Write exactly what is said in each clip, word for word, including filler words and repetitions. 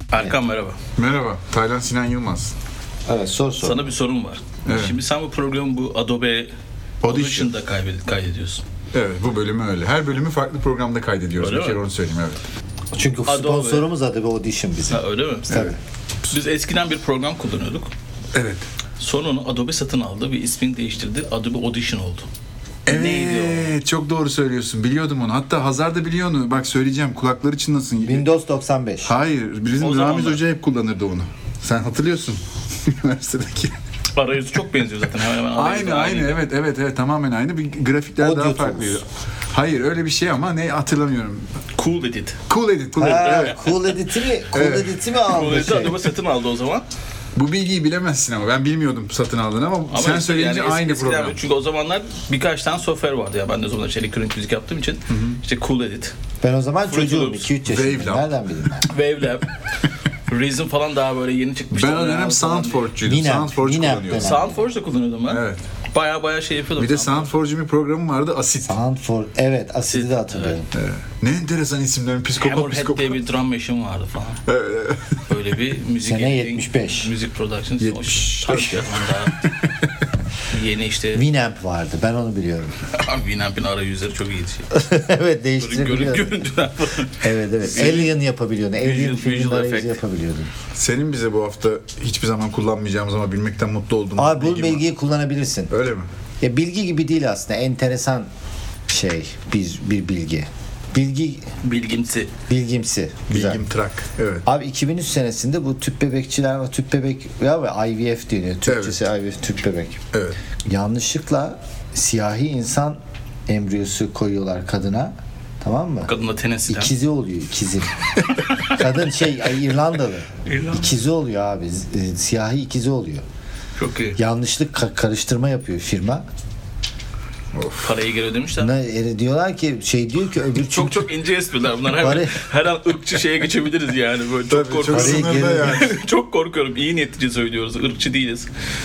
Erkan merhaba. Merhaba. Taylan Sinan Yılmaz. Evet, sor sor. Sana bir sorum var. Evet. Şimdi sen bu programı bu Adobe Audition'da kaybed- kaydediyorsun. Evet, bu bölümü öyle. Her bölümü farklı programda kaydediyoruz. Öyle bir kere mi? onu söyleyeyim, evet. Çünkü Adobe. sponsorumuz Adobe Audition bizim. Ha, öyle mi? Tabii. Biz eskiden bir program kullanıyorduk. Evet. Sonra onu Adobe satın aldı ve ismini değiştirdi. Adobe Audition oldu. Neydi Evet, çok doğru söylüyorsun. Biliyordum onu. Hatta Hazar da biliyor onu. Bak söyleyeceğim, kulakları çınlasın. Windows doksan beş. Hayır, bizim O Ramiz zamanlar. Hoca hep kullanırdı onu. Sen hatırlıyorsun. Üniversitedeki. o? Arayüzü çok benziyor zaten. Hemen hemen arayüzü Aynı, aynı. Evet, evet, evet. Tamamen aynı. Bir grafikler Audio daha Tools. farklıydı. Hayır, öyle bir şey ama ne hatırlamıyorum. Cool Edit. Cool Edit, Cool Edit. Ha, Evet. Cool Edit'i mi? Cool Evet. Edit'i mi Cool aldı Edit'i şey? Adobe satın aldı o zaman. Bu bilgiyi bilemezsin ama ben bilmiyordum satın aldığını ama, Ama sen işte söyleyince yani aynı eskiden- program. Çünkü o zamanlar birkaç tane software vardı ya. Ben de o zaman elektronik müzik yaptığım için. İşte Cool Edit, Ben o zaman Fruity çocuğum, Loops, iki üç yaşındayım. Wavelab. Nereden bileyim ben? Wavelab, Reason falan daha böyle yeni çıkmıştı. Ben o dönem Yani Soundforge'cuydum. Winamp, Soundforge Winamp kullanıyordum. dönem. Soundforge da kullanıyordum ben. Evet. Baya baya şey yapıyordum. Bir de Soundforge'un bir programı vardı, Asit. Soundforge. Evet, Asid'i de hatırlıyorum. Evet. Ne enteresan isimlerin, psikopat Hammerhead psikopat. diye bir drum machine vardı falan. Evet. Böyle bir müzik Sene editing, yetmiş beş. Müzik production. yetmiş. Tabii ki daha yeni işte Winamp vardı, ben onu biliyorum. Winamp'in arayüzleri çok iyiydi. Şey. Evet, Böyle görün, değiştirebiliyordum. görüntüler falan. Evet, evet. Alien yapabiliyordun. Alien Visual- filmin visual arayüzü effect. yapabiliyordun. Senin bize bu hafta hiçbir zaman kullanmayacağımız ama bilmekten mutlu olduğumuz Abi bu bilgi var. bilgiyi kullanabilirsin. Öyle mi? Ya bilgi gibi değil aslında. Enteresan şey bir bir bilgi. Bilgi Bilgimsi. bilgimsi. Güzel. Bilgim trak. Evet. Abi iki bin üç senesinde bu tüp bebekçiler var. Tüp bebek ya ve I V F deniyor. Türkçesi I V F, tüp bebek. Evet. Yanlışlıkla siyahi insan embriyosu koyuyorlar kadına. Tamam mı? Kadınla Tennessee'den. İkizi oluyor, ikizi. Kadın şey ay, İrlandalı. İrlanda. İkizi oluyor abi. Z- e, Siyahi ikizi oluyor. Çok iyi. Yanlışlık ka- karıştırma yapıyor firma. Parayı geri ödemişler. Ne e, diyorlar ki şey diyor ki öbür Çok çok ince espriler bunlar. Her, Parayı- her an ırkçı şeye geçebiliriz yani. Böyle çok Tabii, çok korkuyorum. Parayı sınırda geri- yani. çok korkuyorum. İyi niyetlice söylüyoruz. Irkçı değiliz.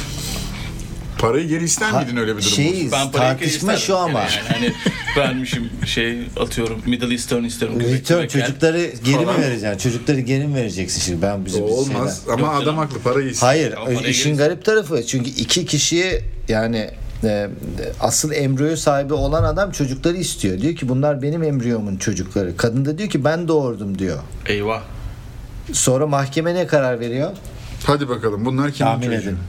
Parayı geri ister miydin öyle bir durum şey olsun? Ben parayı tartışma geri şu isterdim. ama Yani hani vermişim şey atıyorum Middle Eastern istiyorum. göbek return göbek yer. çocukları geri mi falan. vereceksin? Çocukları geri mi vereceksin şimdi? Ben bizim O olmaz şeyden- ama Yok adam canım. haklı, parayı ister. Hayır, Ya parayı işin geri- garip tarafı çünkü iki kişiye yani e, asıl embriyo sahibi olan adam çocukları istiyor. Diyor ki bunlar benim embriyomun çocukları. Kadın da diyor ki ben doğurdum diyor. Eyvah. Sonra mahkeme ne karar veriyor? Hadi bakalım, bunlar kimin Tahmin çocuğu? edin.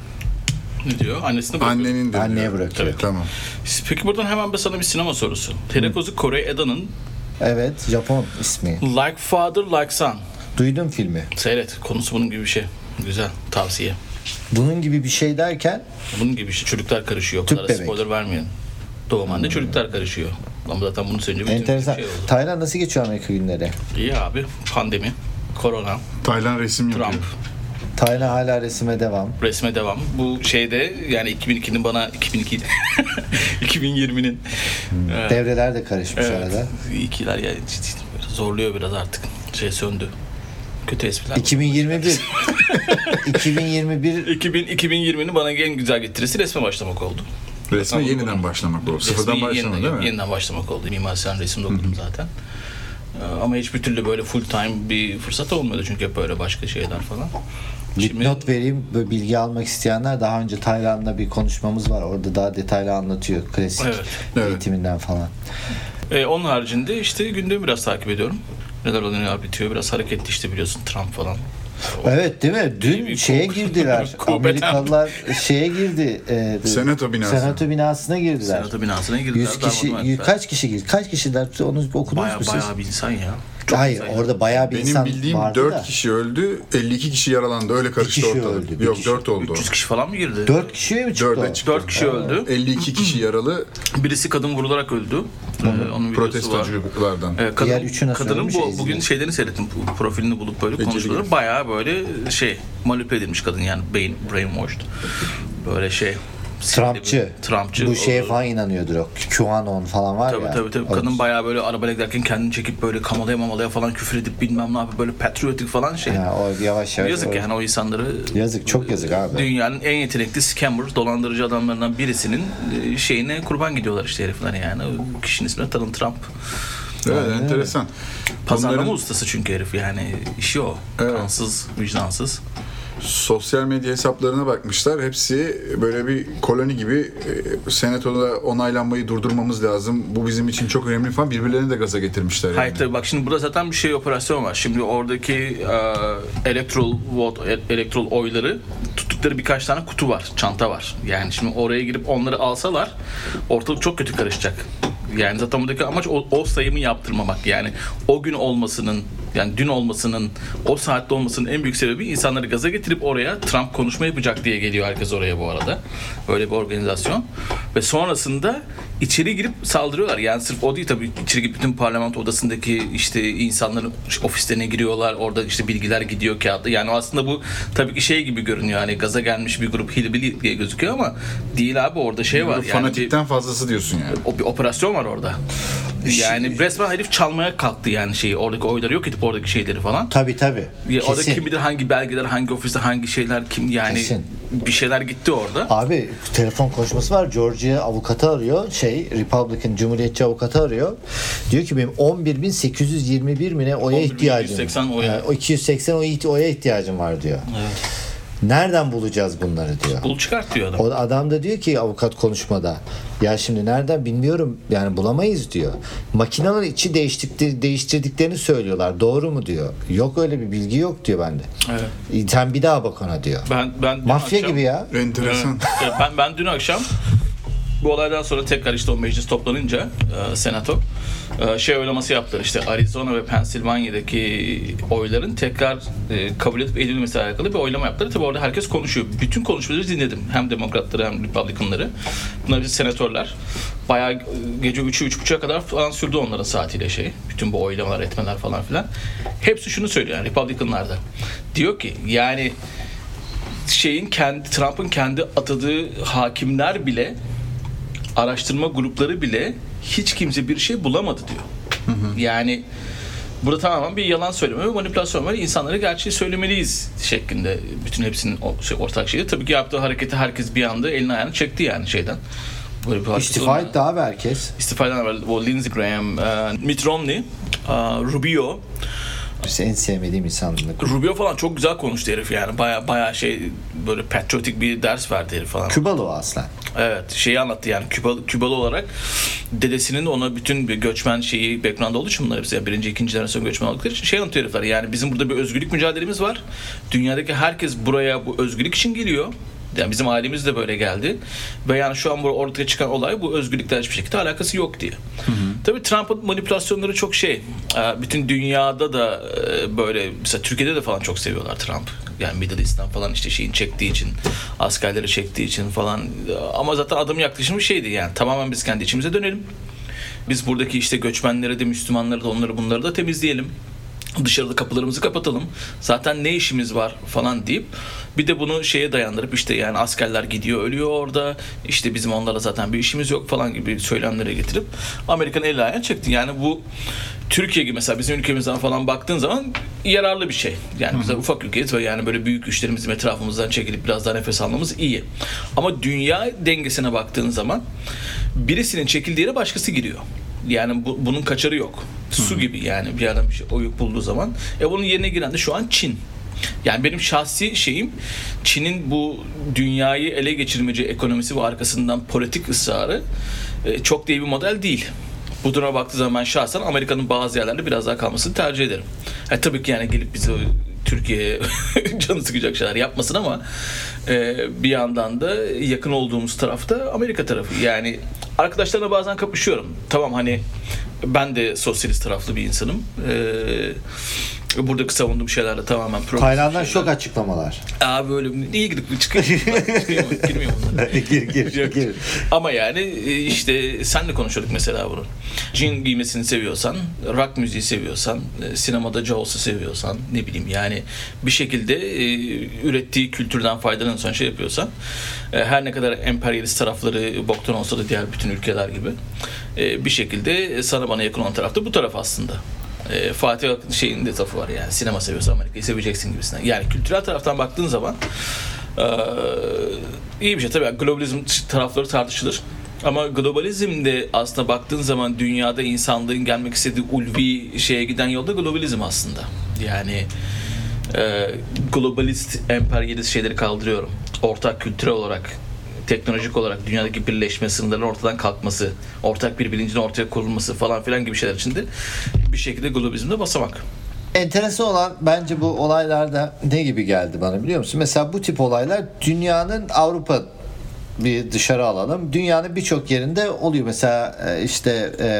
Ne diyor? Annesine bırakıyor. Annenin de Anneye diyor. bırakıyor. Tabii. Tamam. Peki buradan hemen bir sana bir sinema sorusu. Terekozu Kore Eda'nın Evet, Japon ismi. Like Father Like Son. Duydum filmi. Seyret. Konusu bunun gibi bir şey. Güzel. Tavsiye. Bunun gibi bir şey derken Bunun gibi bir şey. Çocuklar karışıyor. O Tüp kadar bebek. spoiler vermeyin. Doğum anne çocuklar karışıyor. Ama zaten bunu söyleyince bütün enteresan. şey oldu. Tayland nasıl geçiyor Amerika günleri? İyi abi. Pandemi. Korona. Taylan resim yapıyor. Trump. Tayland hala resime devam. Resme devam. Bu şeyde yani iki bin ikinin bana iki bin iki iki bin yirminin evet, Devreler de karışmış evet, arada. ikiler yani zorluyor biraz artık. Şey söndü. Kötü espriler. iki bin yirmi bir iki bin yirmi bir iki bin iki bin yirminin bana en güzel getirisi resme başlamak oldu. Resme Zaten yeniden bunu- başlamak o. Resmi Sıfırdan başlamak yeniden, değil mi? Yeniden başlamak oldu. Mimar Sinan resimde okudum zaten. Ee, Ama hiçbir türlü böyle full time bir fırsat olmadı çünkü hep böyle başka şeyler falan. Şimdi- Not vereyim, böyle bilgi almak isteyenler daha önce Tayland'da bir konuşmamız var. Orada daha detaylı anlatıyor klasik Evet, evet. eğitiminden falan. Ee, onun haricinde işte gündemi biraz takip ediyorum. Neler oluyor neler bitiyor. Biraz hareketli işte biliyorsun Trump falan. Evet değil mi? Dün bir şeye ku- girdiler. kubeden. Amerikalılar şeye girdi. E, Senato binasına. Senato binasına girdiler. Senato binasına girdiler. yüz kişi, darmadağın yüz, ettiler. kaç kişi girdi? Kaç kişiler? Onu okudunuz Baya mu siz? baya bir insan ya. Çok Hayır, insan ya. orada bayağı bir Benim insan bildiğim vardı dört da. kişi öldü, elli iki kişi yaralandı. Öyle karıştı kişi ortalık. öldü, bir Yok, kişi. dört oldu. üç yüz kişi falan mı girdi? Dört kişiye mi çıktı Dörde o? çıktı. dört kişi öldü. elli iki kişi yaralı, Birisi kadın vurularak öldü. Ee, onun videosu var. protestoculardan. Ee, kadın, Diğer üçü nasıl kadının ölmüş? bu, Ezilmiş. bugün şeylerini seyrettim. Bu profilini bulup böyle Beceri konuşmaları. gibi. Bayağı böyle şey manipüle edilmiş kadın yani brain, brainwashed. Böyle şey. Trumpçı. Trumpçı. Bu şeye O- falan inanıyordur o. QAnon falan var Tabii ya. tabii tabii. O- Kadın bayağı böyle arabayla giderken kendini çekip böyle kamalaya mamalaya falan küfür edip bilmem ne yapıp böyle patriotik falan şey. Ha, o yavaş yavaş. Yazık o- yani o insanları. Yazık, çok yazık abi. Dünyanın en yetenekli scammer, dolandırıcı adamlarından birisinin e, şeyine kurban gidiyorlar işte herifler yani. O kişinin ismi de Donald Trump. Evet, Aynen enteresan. Pazarlama Bunların ustası çünkü herif, yani işi o. Evet. Kansız, vicdansız. sosyal medya hesaplarına bakmışlar. Hepsi böyle bir koloni gibi, e, senatoda onaylanmayı durdurmamız lazım. Bu bizim için çok önemli falan. Birbirlerini de gaza getirmişler. Yani. Hayır tabii, bak şimdi burada zaten bir şey operasyon var. Şimdi oradaki e, electoral vote, electoral oyları tuttukları birkaç tane kutu var, çanta var. Yani şimdi oraya girip onları alsalar ortalık çok kötü karışacak. Yani zaten buradaki amaç o, o sayımı yaptırmamak. Yani o gün olmasının, yani dün olmasının, o saatte olmasının en büyük sebebi insanları gaza getirip oraya Trump konuşma yapacak diye geliyor herkes oraya bu arada. Böyle bir organizasyon. Ve sonrasında içeri girip saldırıyorlar. Yani sırf o değil tabii. İçeri girip bütün parlamento odasındaki işte insanların ofislerine giriyorlar. Orada işte bilgiler gidiyor kağıtta. Yani aslında bu tabii ki şey gibi görünüyor. Hani gaza gelmiş bir grup hillbilly diye gözüküyor ama değil abi, orada şey var. Yani fanatikten bir, fazlası diyorsun yani. o bir operasyon var orada. Yani resmen herif çalmaya kalktı yani şeyi. Oradaki oyları yok edip oradaki şeyleri falan. Tabii tabii. Ya orada Kesin. kim bilir hangi belgeler, hangi ofiste, hangi şeyler, kim yani Kesin. bir şeyler gitti orada. Abi telefon konuşması var. Georgia avukatı arıyor. Şey, Republican Cumhuriyetçi avukatı arıyor. Diyor ki benim on bir bin sekiz yüz yirmi bir mi ne oya on bir bin ihtiyacım iki yüz seksen var. oya. Yani o iki yüz seksen oy- oya ihtiyacım var diyor. Evet. Nereden bulacağız bunları diyor. Bul çıkart diyor adam. O adam da diyor ki avukat konuşmada, ya şimdi nereden bilmiyorum yani bulamayız diyor. Makinenin içi değiştikleri, değiştirdiklerini söylüyorlar. Doğru mu diyor. Yok öyle bir bilgi yok diyor bende. Evet. Sen bir daha bak ona diyor. Ben ben dün Mafya akşam, gibi ya. Enteresan. Evet, ben ben dün akşam bu olaydan sonra tekrar işte o meclis toplanınca e, senato e, şey oylaması yaptılar, işte Arizona ve Pensilvanya'daki oyların tekrar e, kabul edip edilmesiyle alakalı bir oylama yaptılar. Tabii orada herkes konuşuyor. Bütün konuşmaları dinledim. Hem demokratları hem Republicanları. Bunlar bizim senatörler. Bayağı e, gece üçü üç buçuğa kadar falan sürdü onların saatiyle şey. Bütün bu oylamalar, etmeler falan filan. Hepsi şunu söylüyor yani Republicanlarda. Diyor ki yani şeyin kendi Trump'ın kendi atadığı hakimler bile, araştırma grupları bile hiç kimse bir şey bulamadı diyor. Hı hı. Yani burada tamamen bir yalan söyleme ve manipülasyon var. İnsanlara gerçeği söylemeliyiz şeklinde bütün hepsinin ortak şeyi. Tabii ki yaptığı hareketi herkes bir anda elini ayağını çekti yani şeyden. Böyle bir İstifa etti abi herkes. İstifa eden evvel o Lindsey Graham, Mitt Romney, Rubio. En sevmediğim insanlık. Rubio falan çok güzel konuştu herif yani. Baya baya şey, böyle patriotik bir ders verdi herif falan. Kübalı o aslen. Evet, şeyi anlattı yani Kübalı, Kübalı olarak dedesinin ona bütün bir göçmen şeyi background olduğu için bunlar hepsi yani birinci, ikinci jenerasyon göçmen oldukları için şey anlatıyor herifler. Yani bizim burada bir özgürlük mücadelemiz var. Dünyadaki herkes buraya bu özgürlük için geliyor. Yani bizim ailemiz de böyle geldi. Ve yani şu an burada ortaya çıkan olay bu özgürlükle hiçbir şekilde alakası yok diye. Hı hı. Tabii Trump'ın manipülasyonları çok şey. Bütün dünyada da böyle, mesela Türkiye'de de falan çok seviyorlar Trump. Yani Middle East'ten falan işte şeyin çektiği için, askerleri çektiği için falan. Ama zaten adamın yaklaşımı şeydi yani, tamamen biz kendi içimize dönelim. Biz buradaki işte göçmenleri de, Müslümanları da, onları bunları da temizleyelim. Dışarıda kapılarımızı kapatalım. Zaten ne işimiz var falan deyip bir de bunu şeye dayandırıp işte yani askerler gidiyor ölüyor orada, işte bizim onlarla zaten bir işimiz yok falan gibi söylemlere getirip Amerika'nın el ayağını çekti. Yani bu Türkiye gibi mesela bizim ülkemizden falan baktığın zaman yararlı bir şey. Yani biz ufak ülkeyiz ve yani böyle büyük güçlerimizin etrafımızdan çekilip biraz daha nefes almamız iyi. Ama dünya dengesine baktığın zaman birisinin çekildiği yere başkası giriyor. Yani bu, bunun kaçarı yok. Su Hı-hı. gibi yani bir yerden bir şey oyuk bulduğu zaman. E bunun yerine giren de şu an Çin. Yani benim şahsi şeyim, Çin'in bu dünyayı ele geçirmeci ekonomisi ve arkasından politik ısrarı e, çok da iyi bir model değil. Bu duruma baktığı zaman ben şahsen Amerika'nın bazı yerlerde biraz daha kalmasını tercih ederim. E, tabii ki yani gelip bizi Türkiye'ye canı sıkacak şeyler yapmasın ama e, bir yandan da yakın olduğumuz tarafta Amerika tarafı. Yani arkadaşlarla bazen kapışıyorum. Tamam hani ben de sosyalist taraflı bir insanım. Ee, buradaki savunduğum şeylerle tamamen progresif Tayland'dan şeyler. Şok açıklamalar. Abi böyle niye gidip çıkayım? Girmiyorum bunlara. gir gir gir. Ama yani işte senle konuşuyorduk mesela bunu. Jean giymesini seviyorsan, rock müziği seviyorsan, sinemada Jaws'u seviyorsan, ne bileyim yani bir şekilde e, ürettiği kültürden faydalanırsan şey yapıyorsan, e, her ne kadar emperyalist tarafları boktan olsa da diğer bütün ülkeler gibi e, bir şekilde sana bana yakın olan taraf da bu taraf aslında. E, Fatih şeyin de tarafı var yani, sinema seviyorsan Amerika'yı seveceksin gibisinden. Yani kültürel taraftan baktığın zaman e, iyi bir şey tabii. Globalizm tarafları tartışılır. Ama globalizm de aslında baktığın zaman dünyada insanlığın gelmek istediği ulvi şeye giden yolda globalizm aslında. Yani e, globalist, emperyalist şeyleri kaldırıyorum. Ortak kültürel olarak, teknolojik olarak dünyadaki birleşme, sınırların ortadan kalkması, ortak bir bilincin ortaya kurulması falan filan gibi şeyler içinde bir şekilde globalizmde basamak. Enteresan olan bence bu olaylarda ne gibi geldi bana biliyor musun? Mesela bu tip olaylar dünyanın, Avrupa bir dışarı alalım. Dünyanın birçok yerinde oluyor. Mesela e, işte e,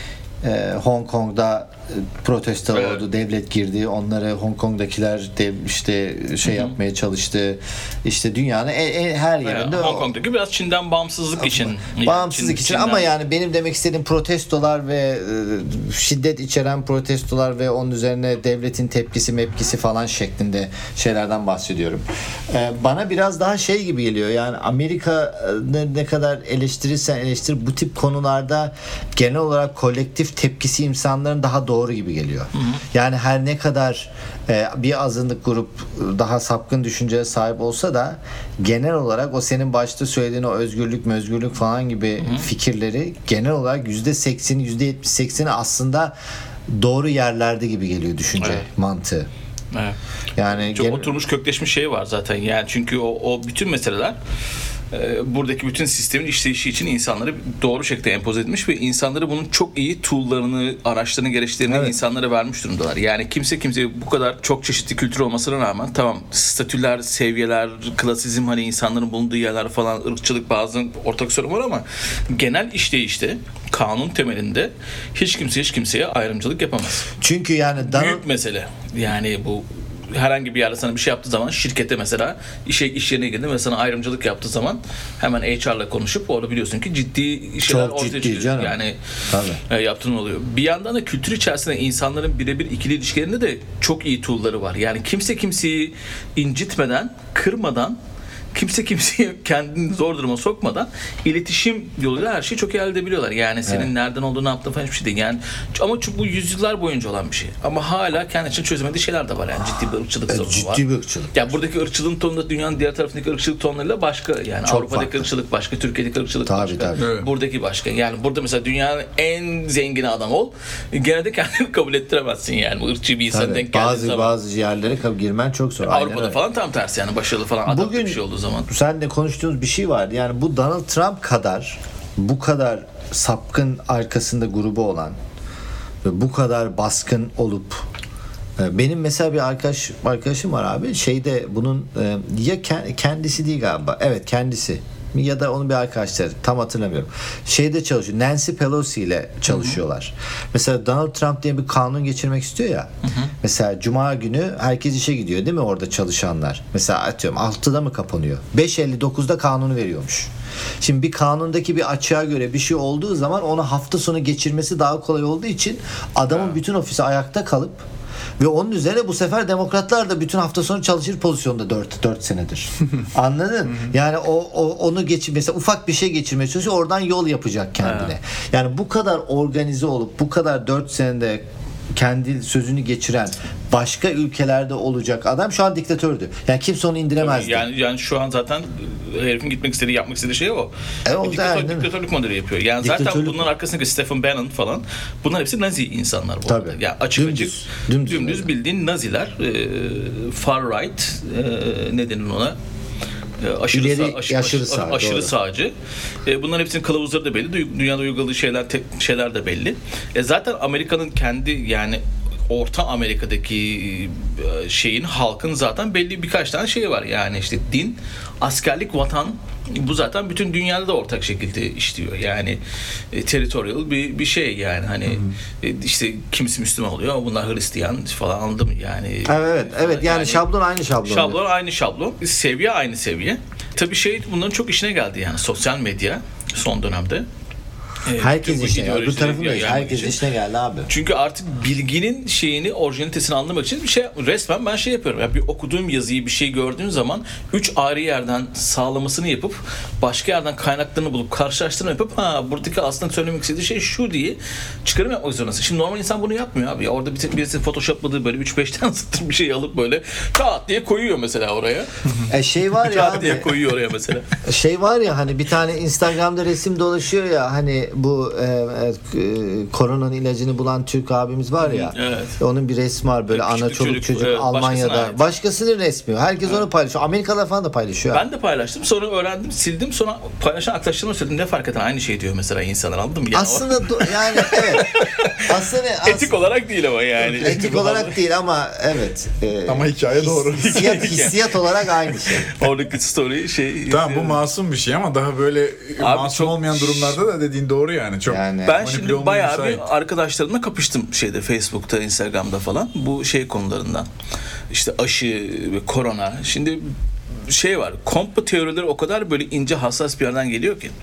e, Hong Kong'da e, protesto Evet. oldu. Devlet girdi. Onları Hong Kong'dakiler de işte şey Hı hı. yapmaya çalıştı. İşte dünyanın e, e, her yerinde Yani Hong Kong'daki biraz Çin'den bağımsızlık için. bağımsızlık Yani Çin- için Çin'den- ama yani benim demek istediğim protestolar ve e, şiddet içeren protestolar ve onun üzerine devletin tepkisi mepkisi falan şeklinde şeylerden bahsediyorum. E, bana biraz daha şey gibi geliyor. Yani Amerika e, ne, ne kadar eleştirirsen eleştir, bu tip konularda genel olarak kolektif tepkisi insanların daha doğru gibi geliyor. Hı hı. Yani her ne kadar e, bir azınlık grup e, daha sapkın düşünceye sahip olsa da genel olarak o senin başta söylediğin o özgürlük özgürlük falan gibi hı hı. fikirleri genel olarak yüzde sekseni yüzde yetmiş sekseni aslında doğru yerlerde gibi geliyor düşünce Evet. mantığı. Evet. Yani Çok gen- oturmuş kökleşmiş şey var zaten. Yani çünkü o, o bütün meseleler e, buradaki bütün sistemin işleyişi için insanları doğru şekilde empoze etmiş ve insanları bunun çok iyi tool'larını, araçlarını, gereçlerini Evet. insanlara vermiş durumdalar. Yani kimse kimse bu kadar çok çeşitli kültür olmasına rağmen tamam statüler, seviyeler, klasizm, hani insanların bulunduğu yerler falan, ırkçılık, bazı ortak sorun var ama genel işleyişte kanun temelinde hiç kimse hiç kimseye ayrımcılık yapamaz. çünkü yani Donald, Büyük mesele. Yani bu herhangi bir yerde sana bir şey yaptığı zaman, şirkette mesela işe iş yerine girdi ve sana ayrımcılık yaptığı zaman hemen H R'la konuşup orada biliyorsun ki ciddi şeyler Çok ortaya ciddi çıkıyor. canım. Yani Tabii. e, yaptığın oluyor. Bir yandan da kültür içerisinde insanların birebir ikili ilişkilerinde de çok iyi tool'ları var. Yani kimse kimseyi incitmeden, kırmadan, kimse kimseyi kendini zor duruma sokmadan iletişim yoluyla her şeyi çok iyi elde edebiliyorlar. Yani senin Evet. nereden olduğunu, ne yaptığın falan hiçbir şey değil. Yani ama çünkü bu yüzyıllar boyunca olan bir şey. Ama hala kendi için çözemediği şeyler de var. Yani ciddi bir ırkçılık e, sorunu var. ciddi bir ırkçılık. Ya buradaki ırkçılığın tonu da dünyanın diğer tarafındaki ırkçılık tonlarıyla başka. Yani Çok Avrupa'daki farklı. ırkçılık başka, Türkiye'deki ırkçılık Tabii, başka. tabii. Evet. Buradaki başka. Yani burada mesela dünyanın en zengin adam ol, gene de kendini kabul ettiremezsin yani. Bu ırkçı bir insana Tabii. denk geldiği Bazı zaman. bazı yerlere kab- girmen çok zor. Aynen Avrupa'da öyle. falan tam tersi yani, başarılı falan adapte Bugün bir şey olduğu zaman. seninle konuştuğumuz bir şey var. Yani bu Donald Trump kadar, bu kadar sapkın arkasında grubu olan ve bu kadar baskın olup, benim mesela bir arkadaş arkadaşım var abi, şeyde bunun ya kendisi değil galiba, evet kendisi ya da onun bir arkadaşları, tam hatırlamıyorum, şeyde çalışıyor, Nancy Pelosi ile çalışıyorlar. Hı-hı. Mesela Donald Trump diye bir kanun geçirmek istiyor ya. Hı-hı. Mesela cuma günü herkes işe gidiyor değil mi, orada çalışanlar? Mesela atıyorum altıda mı kapanıyor? beş elli dokuzda kanunu veriyormuş. Şimdi bir kanundaki bir açığa göre bir şey olduğu zaman onu hafta sonu geçirmesi daha kolay olduğu için adamın ha. bütün ofisi ayakta kalıp ve onun üzerine bu sefer demokratlar da bütün hafta sonu çalışır pozisyonda dört senedir. Anladın? Yani o, o onu geçir, mesela ufak bir şey geçirmeye çalışıyor, oradan yol yapacak kendine. Yani bu kadar organize olup bu kadar dört senede kendi sözünü geçiren başka ülkelerde olacak adam şu an diktatördü. Yani kimse onu indiremezdi. Yani yani şu an zaten herifin gitmek istediği, yapmak istediği şey o. E, o Diktatör, da, diktatörlük modeli yapıyor. Yani Diktatörlük zaten bunların arkasındaki Stephen Bannon falan, bunlar hepsi Nazi insanlar bu Tabii. arada. Yani açık Dümdüz. açık Dümdüz, dümdüz, dümdüz bildiğin Naziler, e, far right, e, ne denir ona? Aşırı, İleri, sağ, aşırı, aşırı, aşırı, sağ, aşırı doğru. sağcı. E, bunların hepsinin kılavuzları da belli. Dünyada uyguladığı şeyler te, şeyler de belli. E, zaten Amerika'nın kendi, yani Orta Amerika'daki şeyin, halkın zaten belli birkaç tane şeyi var. Yani işte din, askerlik, vatan, bu zaten bütün dünyada da ortak şekilde işliyor. Yani e, territorial bir bir şey yani, hani e, işte kimisi Müslüman oluyor ama bunlar Hristiyan falan, anladın mı? Yani Evet evet, evet. Yani, yani şablon aynı şablon. Şablon aynı şablon. Seviye aynı seviye. Tabii şey, bunların çok işine geldi yani, sosyal medya son dönemde. e, Herkes bütün bu işine geldi. Bu ideolojileri tarafın da yaymak herkes için. işine geldi abi. Çünkü artık bilginin şeyini, orijinalitesini anlamak için bir şey resmen ben şey yapıyorum. Yani bir okuduğum yazıyı, bir şey gördüğüm zaman üç ayrı yerden sağlamasını yapıp başka yerden kaynaklarını bulup karşılaştırma yapıp ha buradaki aslında söylemek istediği şey şu diye çıkarım yapmak zorundasın. Şimdi normal insan bunu yapmıyor abi. Orada bir, birisi photoshopladığı böyle üç beş tane satır bir şey alıp böyle kağıt diye koyuyor mesela oraya. E şey var ya Kağıt diye abi. koyuyor oraya mesela. Şey var ya hani bir tane Instagram'da resim dolaşıyor ya hani bu e, e, koronanın ilacını bulan Türk abimiz var ya. Evet. Onun bir resmi var böyle Küçük ana bir çoluk çocuk, çocuk, evet, Almanya'da. başkasına ait. Başkasının resmi. Herkes onu paylaşıyor. Amerikalılar falan da paylaşıyor. Ben de paylaştım. Sonra öğrendim, sildim. Sonra paylaşan arkadaşlarıma söyledim. Ne fark eder? Aynı şey diyor mesela insanlar. Anladın mı? Yani Aslında do- yani evet. Aslında o, etik olarak değil ama yani. etik olarak değil ama evet. E, Ama hikaye doğru. Hissiyat, hissiyat olarak aynı şey. Oradaki story şey. Tamam bu masum bir şey ama daha böyle masum çok- olmayan durumlarda da dediğin doğru yani. Çok Yani- Ben manipüle şimdi olmaya bayağı müsait. bir arkadaşlarımla kapıştım şeyde Facebook'ta, Instagram'da falan. Bu şey konularından. İşte aşı ve korona. Şimdi şey var. Komplo teorileri o kadar böyle ince hassas bir yerden geliyor ki.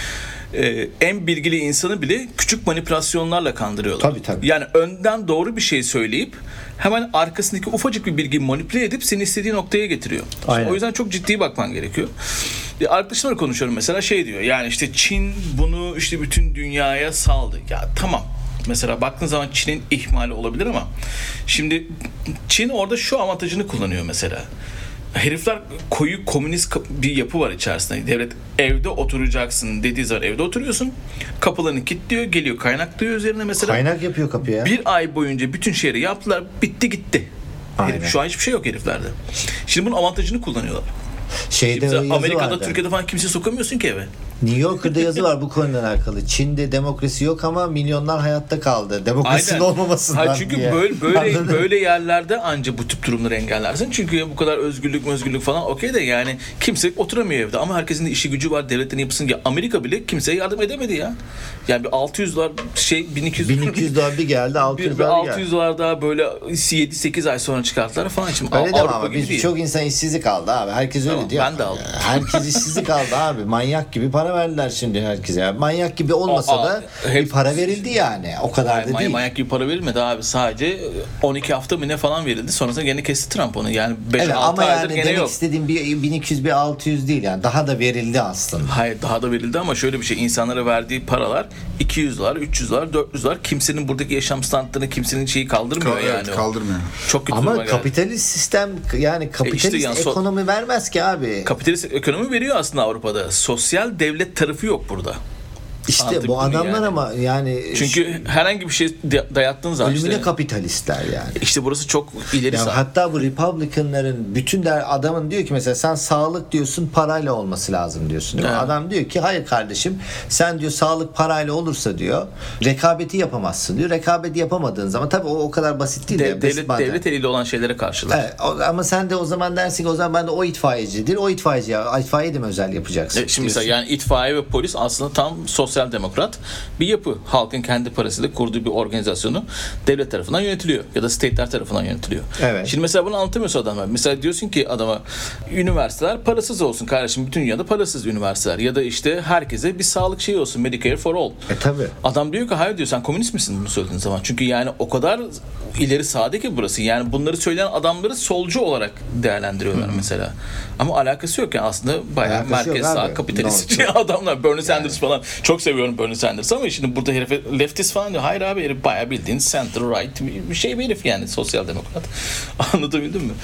Ee, en bilgili insanı bile küçük manipülasyonlarla kandırıyorlar. Tabii, tabii. Yani önden doğru bir şey söyleyip hemen arkasındaki ufacık bir bilgiyi manipüle edip seni istediği noktaya getiriyor. Aynen. O yüzden çok ciddi bakman gerekiyor. Bir arkadaşımla konuşuyorum mesela şey diyor. Yani işte Çin bunu işte bütün dünyaya saldı. Ya tamam. Mesela baktığın zaman Çin'in ihmali olabilir ama şimdi Çin orada şu avantajını kullanıyor mesela. Herifler koyu komünist ka- bir yapı var içerisinde. Devlet evde oturacaksın dediği zaman evde oturuyorsun. Kapılarını kilitliyor, geliyor kaynaklıyor üzerine mesela. Kaynak yapıyor kapıya. Bir ay boyunca bütün şehri yaptılar, bitti gitti. Aynen. Herif, şu an hiçbir şey yok heriflerde. Şimdi bunun avantajını kullanıyorlar. Şeyde Mesela yazı Amerika'da, vardı. Türkiye'de falan kimse sokamıyorsun ki eve. New Yorker'da yazı var bu konuyla alakalı. Çin'de demokrasi yok ama milyonlar hayatta kaldı. Demokrasinin olmamasından Hayır, çünkü diye. böyle böyle Anladın? böyle yerlerde anca bu tip durumları engellersin. Çünkü bu kadar özgürlük özgürlük falan okey de yani kimse oturamıyor evde ama herkesin de işi gücü var, devletin yapısın ya Amerika bile kimseye yardım edemedi ya. Yani bir altı yüz dolar şey bin iki yüz bin iki yüz dolar bir geldi altı bir, yüz bir dolar altı geldi. yüz dolar daha böyle yedi sekiz ay sonra çıkarttılar falan. Şimdi Öyle deme Avrupa ama gibi biz değil. çok insan işsizlik aldı abi. Herkes öyle Tamam, diyor. ben de aldım. Herkes işsizlik aldı abi. Manyak gibi para verdiler şimdi herkese. Yani manyak gibi olmasa O- da a- bir hep- para verildi yani. O kadar Hayır, da may- değil. manyak gibi para verilmedi abi. Sadece on iki hafta mı ne falan verildi. Sonrasında gene kesti Trump onu. Yani beş Evet, altı ama aydır yani gene demek yok. istediğim bir bin iki yüz bir altı yüz değil yani. Daha da verildi aslında. Hayır daha da verildi ama şöyle bir şey. İnsanlara verdiği paralar iki yüz dolar, üç yüz dolar, dört yüz dolar. Kimsenin buradaki yaşam standartını kimsenin şeyi kaldırmıyor Kal- yani. evet, o. kaldırmıyor. Çok kötü duruma Ama geldi. kapitalist sistem yani kapitalist E yani so- ekonomi vermez ki abi. Kapitalist ekonomi veriyor aslında Avrupa'da. Sosyal devlet tarafı yok burada. İşte Anladık bu bunu adamlar yani. ama yani Çünkü herhangi bir şey da- dayattığın zaman ölümüne işte, kapitalistler yani. işte burası çok ileri Yani sağ. hatta bu Republicanların bütün der adamın diyor ki mesela sen sağlık diyorsun parayla olması lazım diyorsun. Değil mi? Evet. Adam diyor ki hayır kardeşim sen diyor sağlık parayla olursa diyor rekabeti yapamazsın diyor. Rekabeti yapamadığın zaman tabii o o kadar basit değil. De- ya, basit devlet madde. devlet eliyle olan şeylere karşılar. Evet, o- ama sen de o zaman dersin ki o zaman ben de o itfaiyecidir. O itfaiyeci itfaiye de mi özel yapacaksın? E, Şimdi mesela yani itfaiye ve polis aslında tam sosyal demokrat bir yapı. Halkın kendi parasıyla kurduğu bir organizasyonu devlet tarafından yönetiliyor ya da state'ler tarafından yönetiliyor. Evet. Şimdi mesela bunu anlatamıyorsun adama. Mesela diyorsun ki adama üniversiteler parasız olsun kardeşim. Bütün dünyada parasız üniversiteler ya da işte herkese bir sağlık şeyi olsun. Medicare for all. E tabii. Adam diyor ki hayır diyor sen komünist misin bunu söylediğin zaman. Çünkü yani o kadar ileri sağda ki burası. Yani bunları söyleyen adamları solcu olarak değerlendiriyorlar mesela. Ama alakası yok yani aslında bayağı Alakası yok merkez sağ abi. kapitalist No, adamlar. Bernie Sanders falan. Çok seviyorum Bernie Sanders ama şimdi burada herife leftist falan diyor. Hayır abi herif bayağı bildiğin center right bir şey bir herif yani sosyal demokrat. Anlatabildim mi?